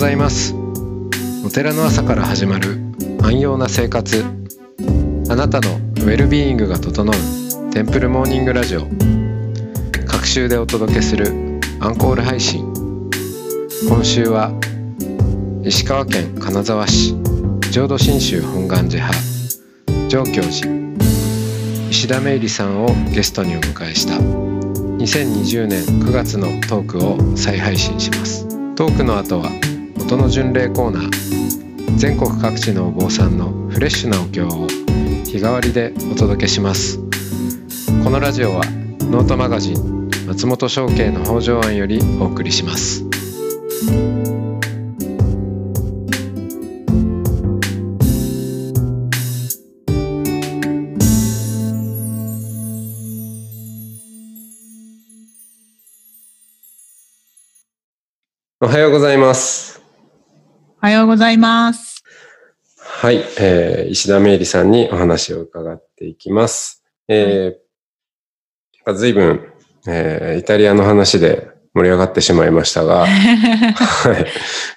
ございます。お寺の朝から始まる安養な生活、あなたのウェルビーイングが整うテンプルモーニングラジオ、各週でお届けするアンコール配信。今週は石川県金沢市浄土真宗本願寺派上教寺石田芽衣さんをゲストにお迎えした2020年9月のトークを再配信します。トークの後は音の巡礼コーナー、全国各地のお坊さんのフレッシュなお経を日替わりでお届けします。このラジオはノートマガジン松本商家の北条庵よりお送りします。おはようございます。 おはようございます。 はい、石田芽衣さんにお話を伺っていきます。随分、イタリアの話で盛り上がってしまいましたが、はい、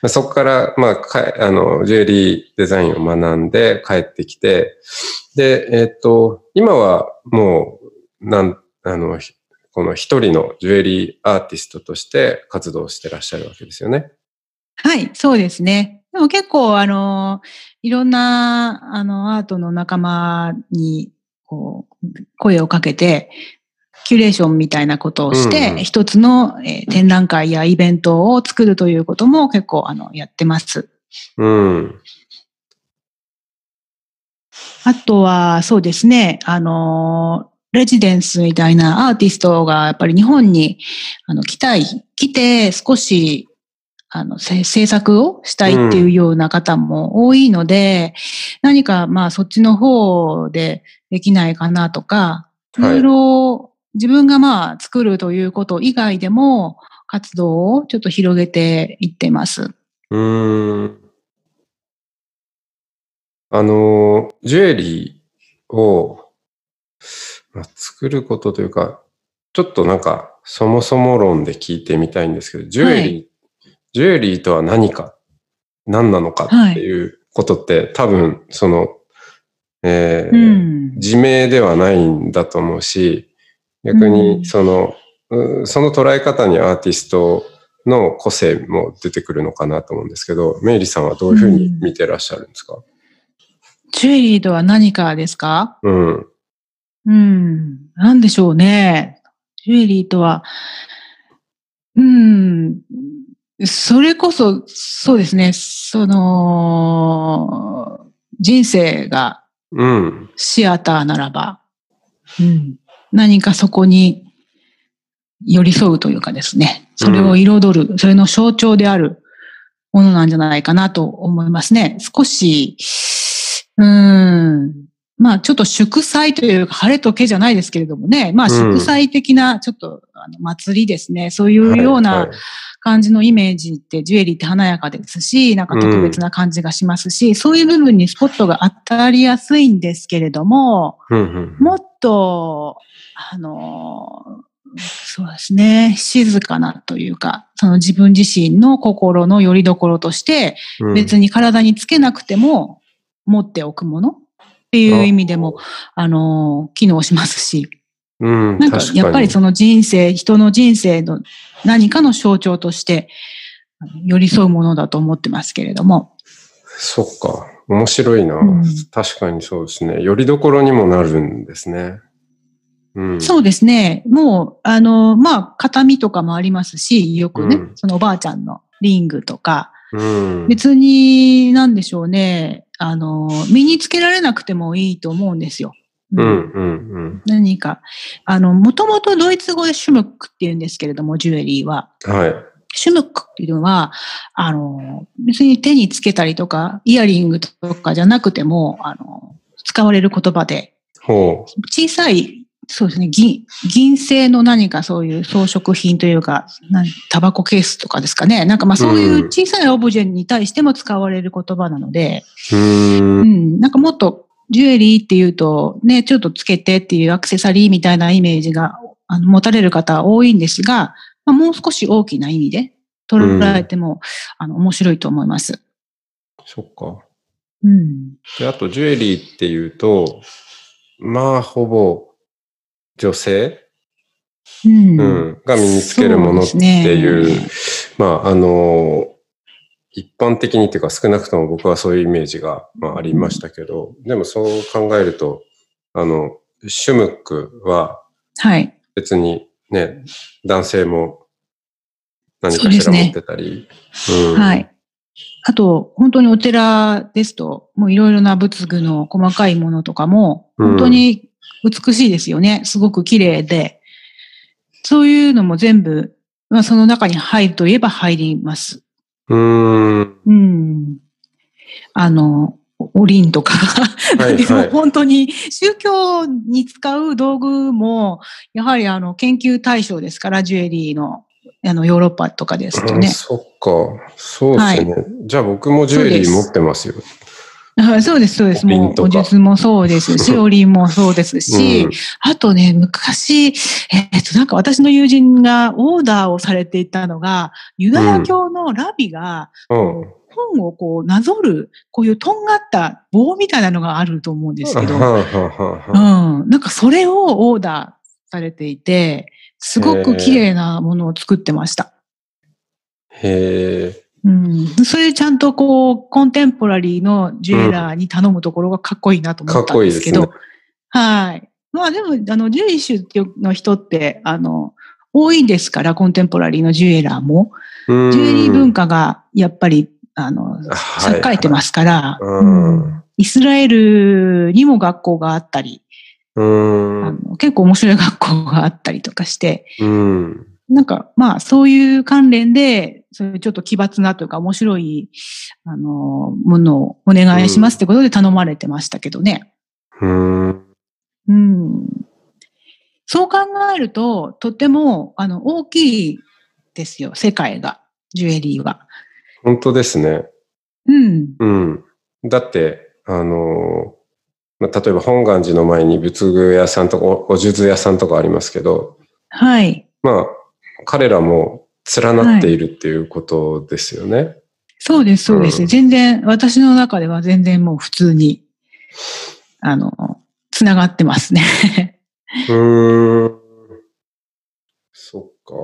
そこから、ジュエリーデザインを学んで帰ってきて、で、今はもう、この一人のジュエリーアーティストとして活動してらっしゃるわけですよね。 はい、そうですね。でも結構、いろんな、アートの仲間に、声をかけて、キュレーションみたいなことをして、一つの、展覧会やイベントを作るということも結構、やってます。あとは、そうですね、レジデンスみたいなアーティストがやっぱり日本に来て少し制作をしたいっていうような方も多いので、何かそっちの方でできないかなとか、いろいろ自分が作るということ以外でも活動をちょっと広げていってます。 ジュエリーを作ることというか、ちょっとそもそも論で聞いてみたいんですけど、ジュエリーとは何なのかっていうことって、多分自明ではないんだと思うし、逆にその捉え方にアーティストの個性も出てくるのかなと思うんですけど、メイリさんはどういうふうに見てらっしゃるんですか？ ジュエリーとは何かですか？なんでしょうね。ジュエリーとは、それこそ、そうですね、人生がシアターならば、何かそこに寄り添うというかですね、それを彩る、それの象徴であるものなんじゃないかなと思いますね。少し、ちょっと祝祭というか、晴れとけじゃないですけれどもね、祝祭的な、ちょっと、祭りですね。そういうような感じのイメージって、ジュエリーって華やかですし、特別な感じがしますし、そういう部分にスポットが当たりやすいんですけれども、もっと、そうですね、静かなというか、その自分自身の心の拠り所として、別に体につけなくても持っておくものっていう意味でも、機能しますし、やっぱりその人の人生の何かの象徴として寄り添うものだと思ってますけれども。 そっか、面白いな。確かにそうですね。拠り所にもなるんですね。 そうですね。もう、形見とかもありますし、よくね、そのおばあちゃんのリングとか、別に、なんでしょうね、身につけられなくてもいいと思うんですよ。何か、もともとドイツ語でシュムックって言うんですけれども、ジュエリーは。シュムックっていうのは、別に手につけたりとか、イヤリングとかじゃなくても、使われる言葉で、小さい、そうですね、銀製の何かそういう装飾品というか、タバコケースとかですかね。そういう小さいオブジェに対しても使われる言葉なので、もっとジュエリーっていうと、ね、ちょっとつけてっていうアクセサリーみたいなイメージが持たれる方多いんですが、もう少し大きな意味で、 捉えても、面白いと思います。 そっか。 で、 あと、ジュエリーっていうと、まあ、ほぼ、女性、が身につけるものっていう、まあ、一般的にっていうか少なくとも僕はそういうイメージが、ありましたけど、でもそう考えると、シュムックは、別にね、男性も何かしら持ってたり。 はい。あと、本当にお寺ですと、もういろいろな仏具の細かいものとかも、本当に美しいですよね。すごく綺麗で。そういうのも全部、その中に入るといえば入ります。おりんとかでも本当に宗教に使う道具も、やはり研究対象ですから、ジュエリーの、ヨーロッパとかですとね。 そっか。そうですね。じゃあ僕もジュエリー持ってますよ。 そうです、そうです。もう、お術もそうですし、おりんもそうですし、あとね、昔、なんか私の友人がオーダーをされていたのが、ユダヤ教のラビが、本をこうなぞる、こういうとんがった棒みたいなのがあると思うんですけど、なんかそれをオーダーされていて、すごく綺麗なものを作ってました。それちゃんとこう、コンテンポラリーのジュエラーに頼むところがかっこいいなと思ったんですけど。かっこいいですね。はい。まあでも、ジュエリッシュの人って、多いですから、コンテンポラリーのジュエラーも。ジュエリー文化がやっぱり、栄えてますから、イスラエルにも学校があったり、結構面白い学校があったりとかして、なんか、まあ、そういう関連で、そういうちょっと奇抜なというか面白い、ものをお願いしますってことで頼まれてましたけどね。そう考えると、とても、大きいですよ、世界が、ジュエリーは。 本当ですね。だって、例えば本願寺の前に仏具屋さんとか、お数珠屋さんとかありますけど、まあ、彼らも連なっているっていうことですよね。 そうです、そうです。全然、私の中では全然もう普通に、つながってますね。 そっか。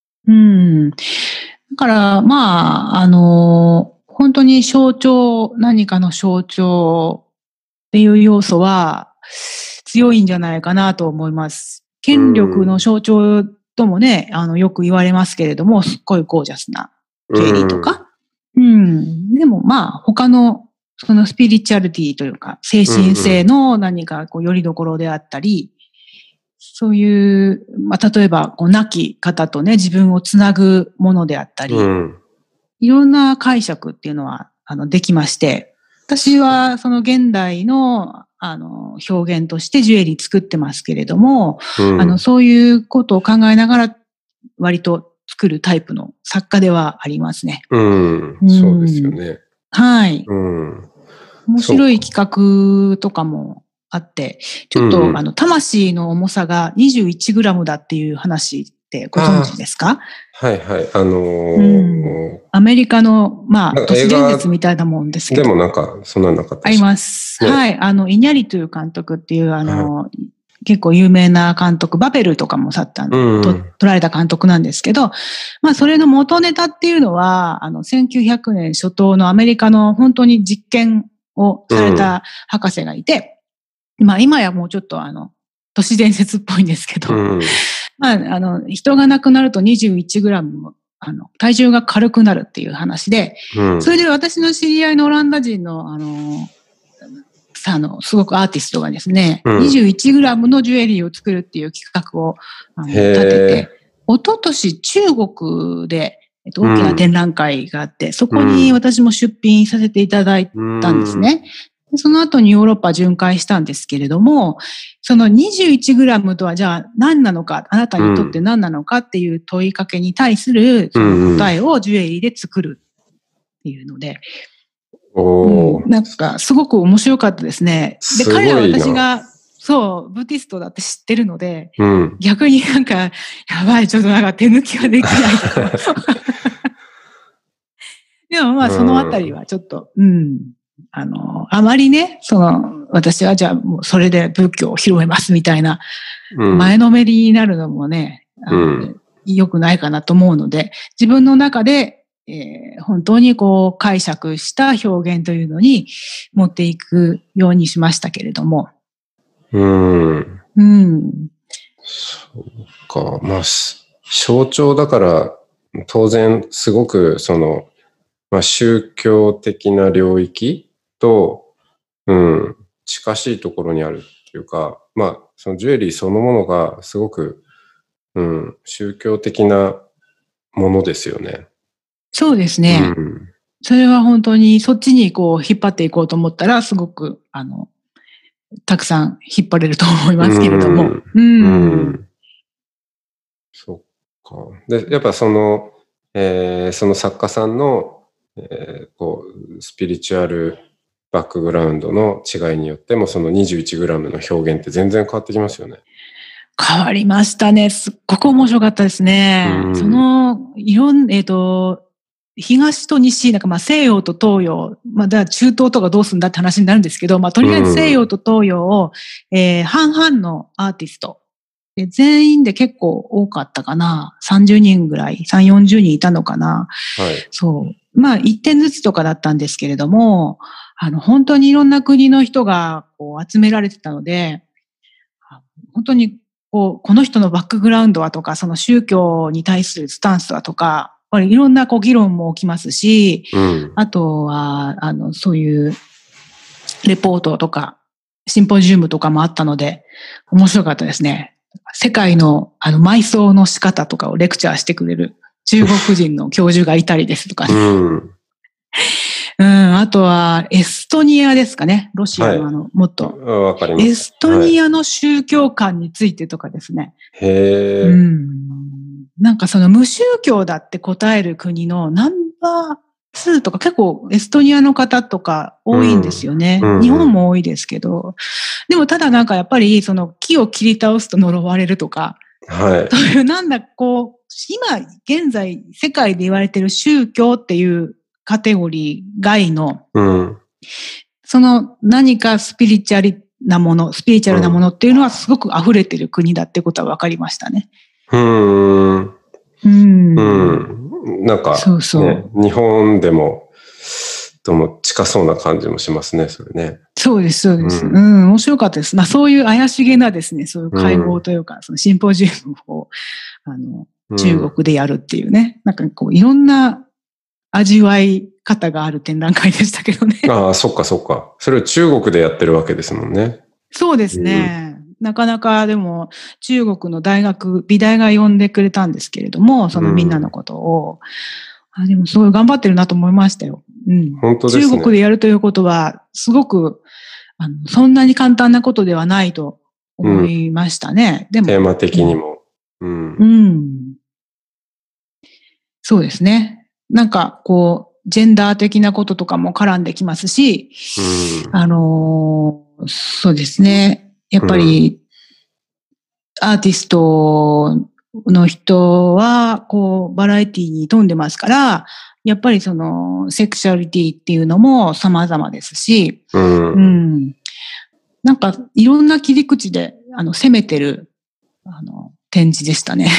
だから、まあ、本当に象徴、何かの象徴っていう要素は強いんじゃないかなと思います。権力の象徴ともね、よく言われますけれども、すっごいゴージャスなジュエリーとか。でもまあ、他の、そのスピリチュアリティというか、精神性の何かこう、よりどころであったり、そういう、まあ、例えば、こう、亡き方とね、自分をつなぐものであったり、いろんな解釈っていうのは、できまして、私はその現代の、表現としてジュエリー作ってますけれども、そういうことを考えながら、割と作るタイプの作家ではありますね。 そうですよね。 はい。面白い企画とかもあって、ちょっと、魂の重さが21グラムだっていう話ってご存知ですか？ はいはい。 アメリカの、まあ、都市伝説みたいなもんですけど。 でもなんか、そんなのなかったあります。はい。イニャリという監督っていう、結構有名な監督、バベルとかも撮られた監督なんですけど、まあ、それの元ネタっていうのは、1900年初頭のアメリカの本当に実験をされた博士がいて、まあ、今やもうちょっと都市伝説っぽいんですけど、まあ、人が亡くなると21グラム、体重が軽くなるっていう話で、それで私の知り合いのオランダ人の、すごくアーティストがですね、21グラムのジュエリーを作るっていう企画を立てて、一昨年中国で、大きな展覧会があって、そこに私も出品させていただいたんですね。その後にヨーロッパ巡回したんですけれども、その21グラムとはじゃあ何なのか、あなたにとって何なのかっていう問いかけに対するその答えをジュエリーで作るっていうので、なんかすごく面白かったですね。で、彼は私が、そう、ブティストだって知ってるので、逆になんか、やばい、ちょっとなんか手抜きができないとか。 でもまあそのあたりはちょっと、あまりね、私はじゃあもうそれで仏教を広めますみたいな、前のめりになるのもね、良くないかなと思うので、自分の中で、本当にこう解釈した表現というのに持っていくようにしましたけれども。 そうか。まあ、象徴だから、当然すごく宗教的な領域と、近しいところにあるっていうか、まあ、そのジュエリーそのものがすごく、宗教的なものですよね。 そうですね。それは本当にそっちにこう引っ張っていこうと思ったら、すごく、たくさん引っ張れると思いますけれども。 そっか。で、やっぱその作家さんの、スピリチュアルバックグラウンドの違いによっても、その 21g の表現って全然変わってきますよね。 変わりましたね。すっごく面白かったですね。東と西、なんかまあ西洋と東洋、まあだから中東とかどうすんだって話になるんですけど、まあとりあえず西洋と東洋を、半々のアーティスト。で全員で結構多かったかな。30人ぐらい、3、40人いたのかな。 はい。 そう。まあ1点ずつとかだったんですけれども、本当にいろんな国の人がこう集められてたので、本当にこの人のバックグラウンドはとか、その宗教に対するスタンスはとか、やっぱりいろんな議論も起きますし、あとは、そういうレポートとか、シンポジウムとかもあったので、面白かったですね。世界の埋葬の仕方とかをレクチャーしてくれる中国人の教授がいたりですとかね。あとは、エストニアですかね。ロシアのもっと。 わかります。 エストニアの宗教観についてとかですね。 へー。 なんかその無宗教だって答える国のナンバー2とか結構エストニアの方とか多いんですよね。日本も多いですけど。でもただなんかやっぱりその木を切り倒すと呪われるとか。 はい。 そういう今現在世界で言われている宗教っていうカテゴリー外の、その何かスピリチュアルなものっていうのはすごく溢れてる国だってことは分かりましたね。 なんか、 そうそう、 日本でも、とも近そうな感じもしますね、それね。 そうです、そうです。面白かったです。まあそういう怪しげなですね、そういう会合というか、そのシンポジウムを、中国でやるっていうね、なんかいろんな味わい方がある展覧会でしたけどね。 ああ、そっかそっか。それを中国でやってるわけですもんね。 そうですね。なかなかでも中国の美大が呼んでくれたんですけれども、そのみんなのことを。でもすごい頑張ってるなと思いましたよ。 本当ですね。 中国でやるということは、すごく、そんなに簡単なことではないと思いましたね。でも。 テーマ的にも。 そうですね。なんか、ジェンダー的なこととかも絡んできますし、そうですね。やっぱり、アーティストの人は、バラエティに富んでますから、やっぱりセクシャリティっていうのも様々ですし、なんか、いろんな切り口で、攻めてる、展示でしたね。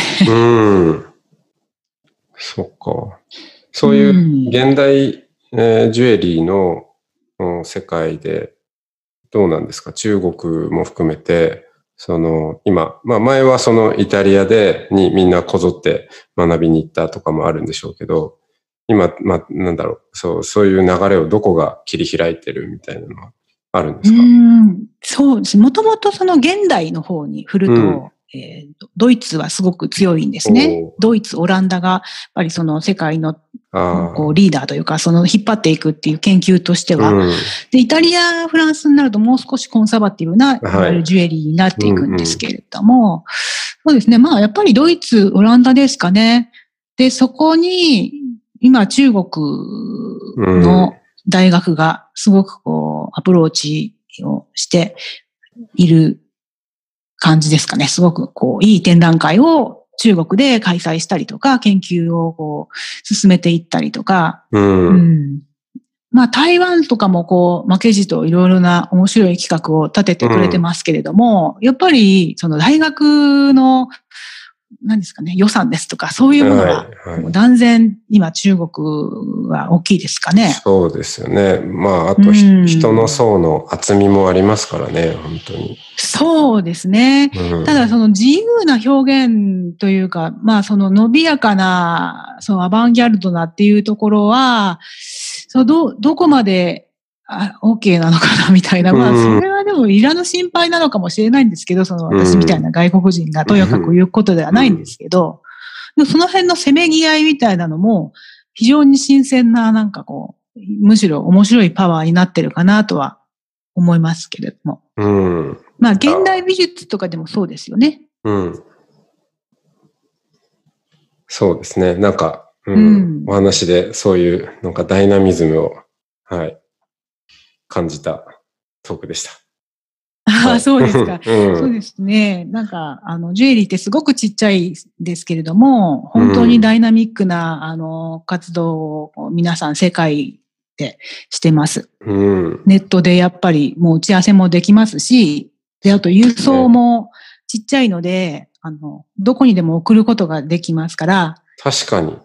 そっか。そういう現代、ジュエリーの世界でどうなんですか？中国も含めて、今、まあ前はイタリアにみんなこぞって学びに行ったとかもあるんでしょうけど、今、まあなんだろう、そういう流れをどこが切り開いてるみたいなのはあるんですか？ そうです。もともと現代の方に振ると、ドイツはすごく強いんですね。ドイツ、オランダが、やっぱり世界のリーダーというか、引っ張っていくっていう研究としては。で、イタリア、フランスになるともう少しコンサバティブな、いわゆるジュエリーになっていくんですけれども、そうですね。まあ、やっぱりドイツ、オランダですかね。で、そこに、今、中国の大学がすごくアプローチをしている感じですかね。すごくいい展覧会を中国で開催したりとか、研究をこう進めていったりとか、まあ台湾とかもこう負けじといろいろな面白い企画を立ててくれてますけれども、やっぱりその大学の何ですかね、予算ですとか、そういうものは、断然今中国は大きいですかね。 そうですよね。まあ、あと、人の層の厚みもありますからね、本当に。 そうですね。ただ、その自由な表現というか、まあ、その伸びやかな、そのアバンギャルドなっていうところは、どこまでOK なのかなみたいな。まあ、それはでもいらぬ心配なのかもしれないんですけど、その私みたいな外国人がとやかく言うことではないんですけど、でもその辺のせめぎ合いみたいなのも、非常に新鮮な、なんかこう、むしろ面白いパワーになってるかなとは思いますけれども。まあ、現代美術とかでもそうですよね。 そうですね。なんか、お話でそういう、なんかダイナミズムを、感じたトークでした。 そうですか。そうですね。なんか、ジュエリーってすごくちっちゃいですけれども、本当にダイナミックな、活動を皆さん世界でしてます。ネットでやっぱりもう打ち合わせもできますし、で、あと郵送もちっちゃいので、どこにでも送ることができますから。 確かに。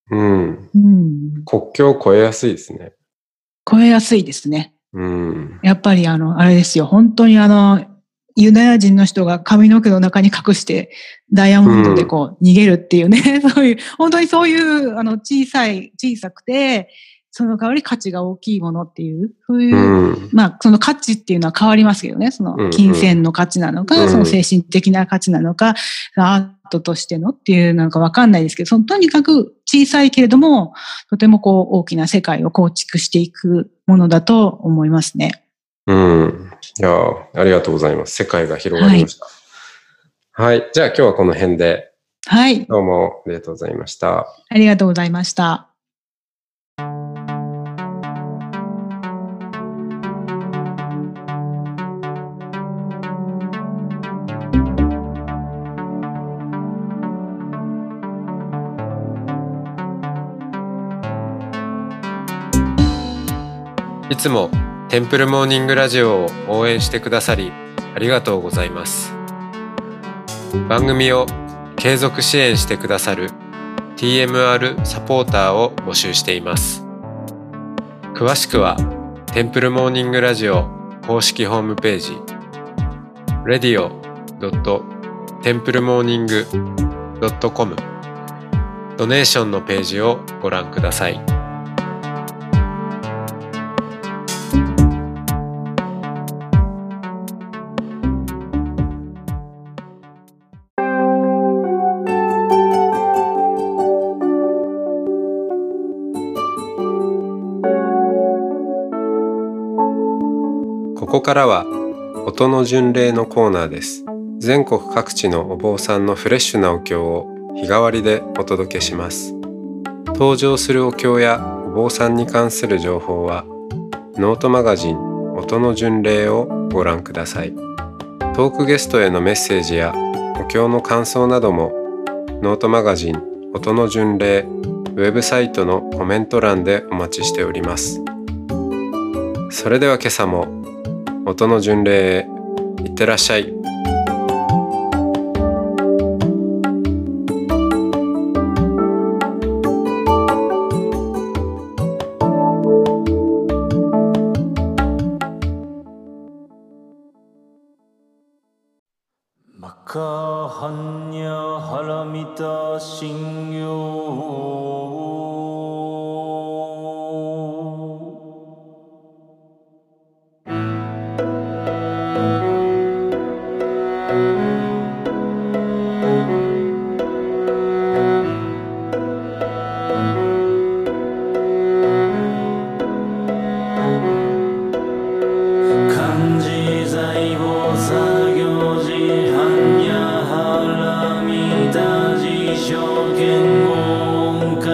国境を越えやすいですね。 越えやすいですね。やっぱりあれですよ。本当にユダヤ人の人が髪の毛の中に隠してダイヤモンドでこう逃げるっていうね、そういう、本当にそういう小さくて、その代わり価値が大きいものっていう、そういう、まあその価値っていうのは変わりますけどね、その金銭の価値なのか、その精神的な価値なのか、アートとしてのっていうなんかわかんないですけど、とにかく小さいけれども、とてもこう大きな世界を構築していくものだと思いますね。 いや、ありがとうございます。世界が広がりました。はい。じゃあ今日はこの辺で。 はい。 どうもありがとうございました。 ありがとうございました。 いつもテンプルモーニングラジオを応援してくださりありがとうございます。番組を継続支援してくださる TMR サポーターを募集しています。詳しくはテンプルモーニングラジオ公式ホームページ radio.templemorning.com ドネーションのページをご覧ください。ここからは音の巡礼のコーナーです。全国各地のお坊さんのフレッシュなお経を日替わりでお届けします。登場するお経やお坊さんに関する情報はノートマガジン音の巡礼をご覧ください。トークゲストへのメッセージやお経の感想などもノートマガジン音の巡礼ウェブサイトのコメント欄でお待ちしております。それでは今朝も音の巡礼へいってらっしゃい。 マカハンニャハラミタシンヨ言語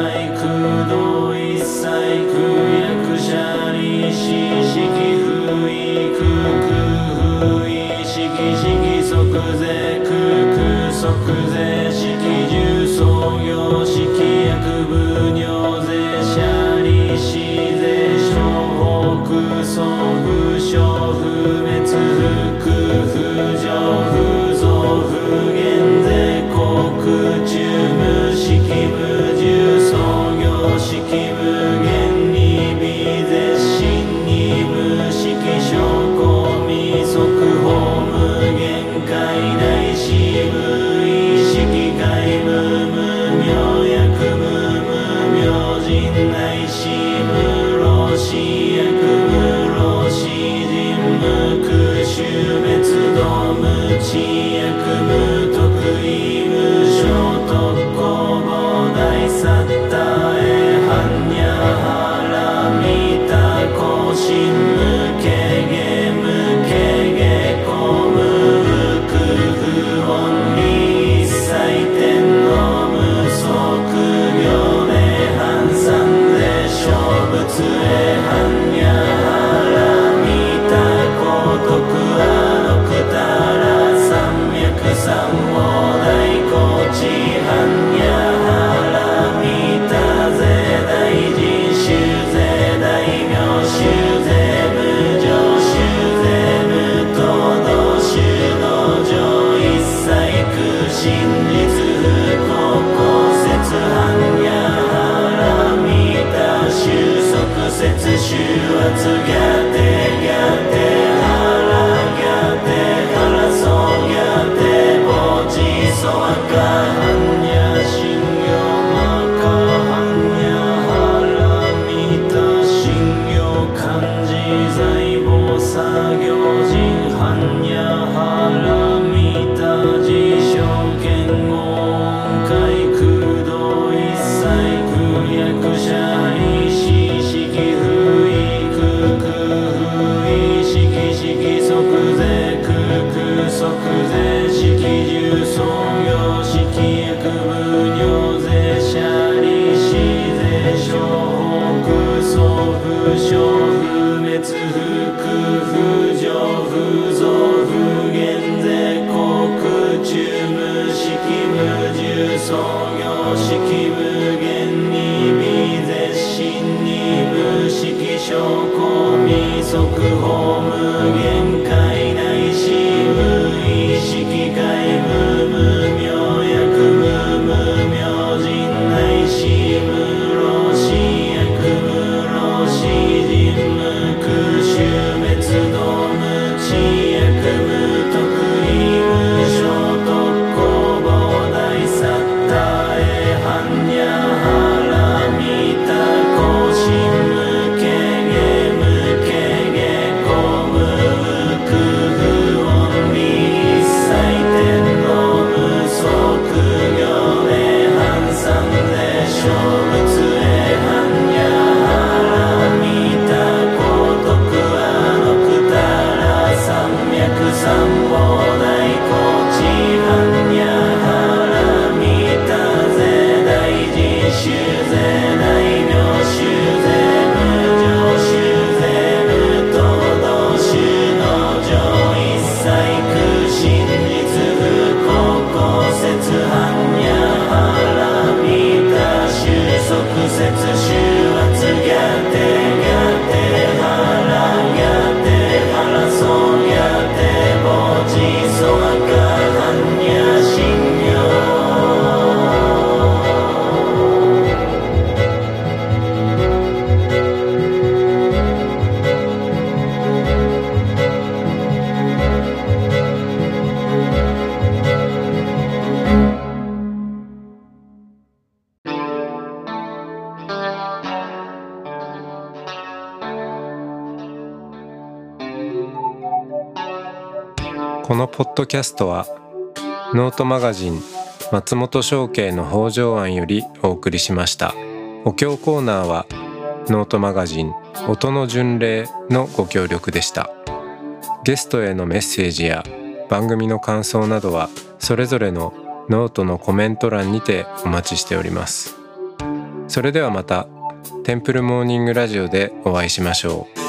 このポッドキャストはノートマガジン松本商家の北条庵よりお送りしました。お経コーナーはノートマガジン音の巡礼のご協力でした。ゲストへのメッセージや番組の感想などはそれぞれのノートのコメント欄にてお待ちしております。それではまたテンプルモーニングラジオでお会いしましょう。